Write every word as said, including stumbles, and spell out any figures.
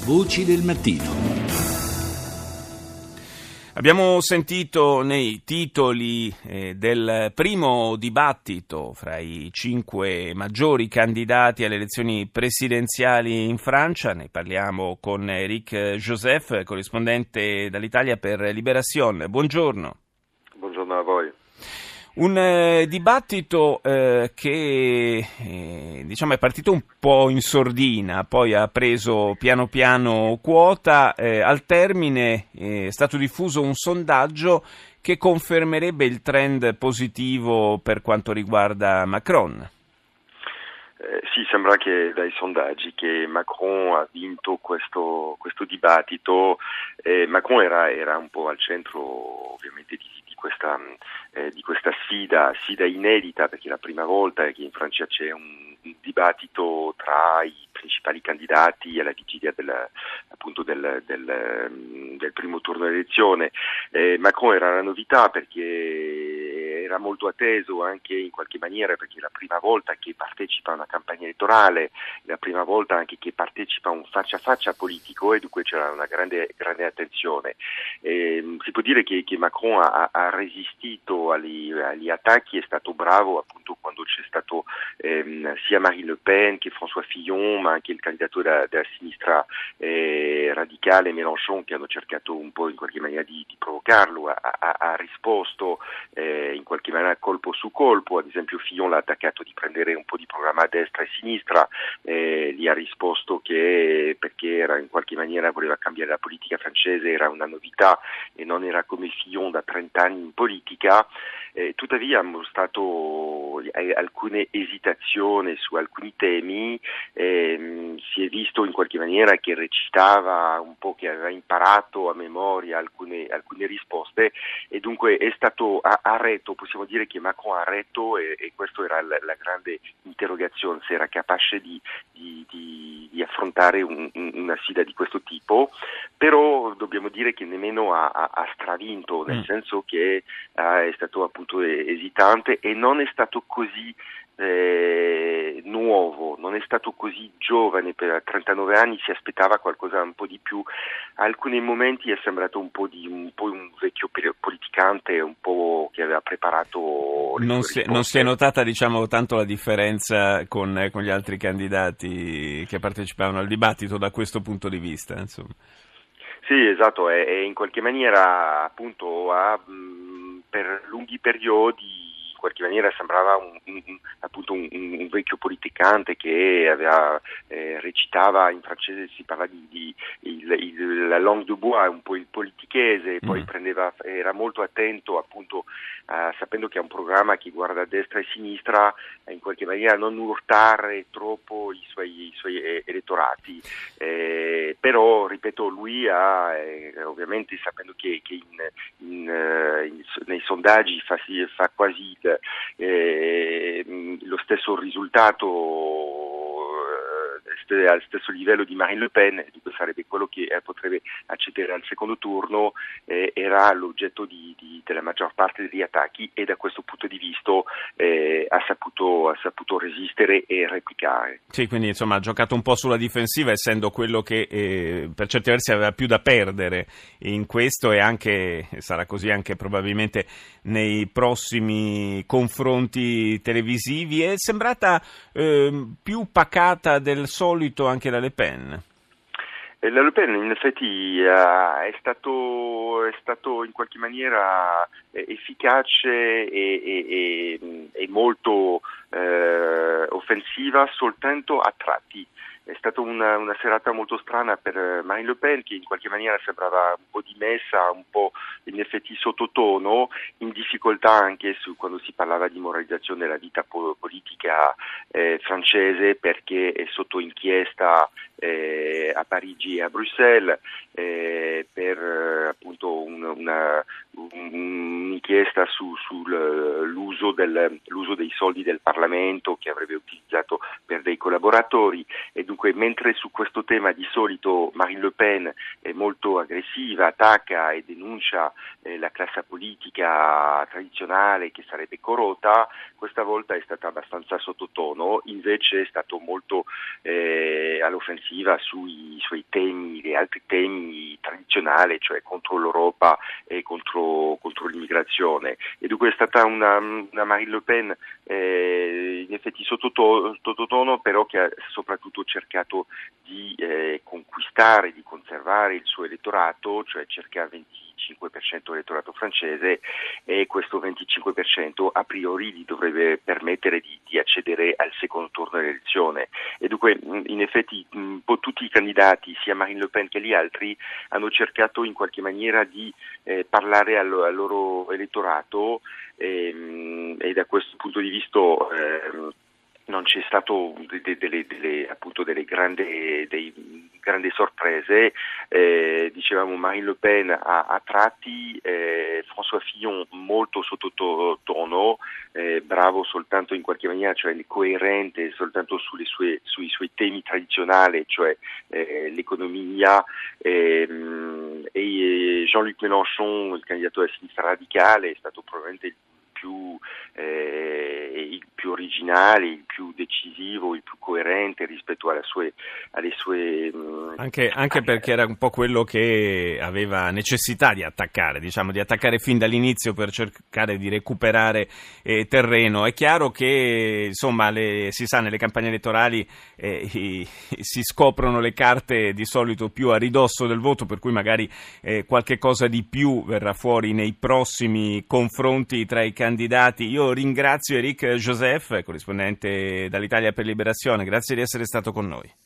Voci del mattino. Abbiamo sentito nei titoli eh, del primo dibattito fra i cinque maggiori candidati alle elezioni presidenziali in Francia. Ne parliamo con Eric Joseph, corrispondente dall'Italia per Libération. Buongiorno. Buongiorno a voi. Un eh, dibattito eh, che eh, diciamo è partito un po' in sordina, poi ha preso piano piano quota. Eh, al termine eh, è stato diffuso un sondaggio che confermerebbe il trend positivo per quanto riguarda Macron. Eh, sì, sembra che dai sondaggi che Macron ha vinto questo, questo dibattito. Eh, Macron era, era un po' al centro ovviamente di, di, questa, eh, di questa sfida, sfida inedita, perché è la prima volta che in Francia c'è un, un dibattito tra i principali candidati alla vigilia del, appunto del, del, del primo turno d'elezione. Eh, Macron era una novità perché era molto atteso anche in qualche maniera, perché è la prima volta che partecipa a una campagna elettorale, la prima volta anche che partecipa a un faccia a faccia politico, e dunque c'era una grande, grande attenzione. Eh, si può dire che, che Macron ha, ha resistito agli, agli attacchi, è stato bravo appunto quando c'è stato ehm, sia Marine Le Pen che François Fillon, ma anche il candidato della, della sinistra eh, radicale Mélenchon, che hanno cercato un po' in qualche maniera di, di provocarlo. Ha, ha, ha risposto eh, in qualche maniera colpo su colpo. Ad esempio Fillon l'ha attaccato di prendere un po' di programma a destra e sinistra, eh, gli ha risposto che perché era in qualche maniera voleva cambiare la politica francese, era una novità e non era come Fillon da trenta anni in politica. Eh, tuttavia ha mostrato eh, alcune esitazioni su alcuni temi. Eh, si è visto in qualche maniera che recitava un po', che aveva imparato a memoria alcune, alcune risposte, e dunque è stato ha, ha retto, possiamo dire che Macron ha retto, e, e questa era la, la grande interrogazione, se era capace di, di, di, di affrontare un, una sfida di questo tipo. Però dobbiamo dire che nemmeno ha, ha, ha stravinto, nel mm. senso che eh, è stato appunto esitante e non è stato così eh, nuovo, non è stato così giovane. Per trentanove anni si aspettava qualcosa un po' di più. A alcuni momenti è sembrato un po' di un, po' un vecchio politicante, un po' che aveva preparato le non sue si, non si è notata diciamo tanto la differenza con, eh, con gli altri candidati che partecipavano al dibattito da questo punto di vista, insomma. Sì, esatto, e, e in qualche maniera appunto ha, mh, per lunghi periodi in qualche maniera sembrava un, un, appunto un, un vecchio politicante che aveva, eh, recitava, in francese si parla di, di il, il, la langue de bois, un po' il politichese, poi mm. prendeva, era molto attento appunto Uh, sapendo che è un programma che guarda a destra e a sinistra, uh, in qualche maniera non urtare troppo i suoi, i suoi eh, elettorati. Eh, però, ripeto, lui ha, eh, ovviamente sapendo che, che in, in, uh, in, nei sondaggi fa, fa quasi eh, lo stesso risultato al stesso livello di Marine Le Pen, dunque sarebbe quello che eh, potrebbe accedere al secondo turno, eh, era l'oggetto di, di, della maggior parte degli attacchi, e da questo punto di vista eh, ha, saputo, ha saputo resistere e replicare. Sì, quindi insomma ha giocato un po' sulla difensiva, essendo quello che eh, per certi versi aveva più da perdere in questo, e anche sarà così anche probabilmente nei prossimi confronti televisivi. È sembrata eh, più pacata del solito anche la Le Pen. La Le Pen in effetti uh, è stato è stato in qualche maniera eh, efficace e, e, e, e molto eh, offensiva soltanto a tratti. È stata una, una serata molto strana per Marine Le Pen, che in qualche maniera sembrava un po' dimessa, un po' in effetti sottotono, in difficoltà anche su, quando si parlava di moralizzazione della vita po- politica eh, francese, perché è sotto inchiesta eh, a Parigi e a Bruxelles eh, per eh, appunto un, una, un'inchiesta su, sull'uso del, l'uso dei soldi del Parlamento che avrebbe utilizzato per dei collaboratori. E dunque mentre su questo tema di solito Marine Le Pen è molto aggressiva, attacca e denuncia eh, la classe politica tradizionale che sarebbe corrotta, questa volta è stata abbastanza sottotono, invece è stato molto eh, all'offensiva sui suoi temi, gli altri temi tradizionali, cioè contro l'Europa e contro, contro l'immigrazione. E dunque è stata una, una Marine Le Pen eh, in effetti sottotono, sottotono, però che ha soprattutto cercato di eh, conquistare, di conservare il suo elettorato, cioè circa il venticinque per cento dell'elettorato francese, e questo venticinque per cento a priori gli dovrebbe permettere di, di accedere al secondo turno dell'elezione. E dunque in effetti un po' tutti i candidati, sia Marine Le Pen che gli altri, hanno cercato in qualche maniera di eh, parlare al, al loro elettorato e, e da questo punto di vista eh, non c'è stato delle, delle, delle, appunto delle grandi, dei, grandi sorprese, eh, dicevamo Marine Le Pen a, a tratti, eh, François Fillon molto sottotono, eh, bravo soltanto in qualche maniera, cioè coerente soltanto sulle sue, sui suoi temi tradizionali, cioè eh, l'economia, eh, e Jean-Luc Mélenchon, il candidato della sinistra radicale, è stato probabilmente il più, eh, il più originale, il più decisivo, il più coerente rispetto alle sue, alle sue anche, anche perché era un po' quello che aveva necessità di attaccare, diciamo di attaccare fin dall'inizio per cercare di recuperare eh, terreno. È chiaro che insomma le, si sa, nelle campagne elettorali eh, i, si scoprono le carte di solito più a ridosso del voto, per cui magari eh, qualche cosa di più verrà fuori nei prossimi confronti tra i candidati. Io ringrazio Éric Joseph, corrispondente dall'Italia per Liberazione, grazie di essere stato con noi.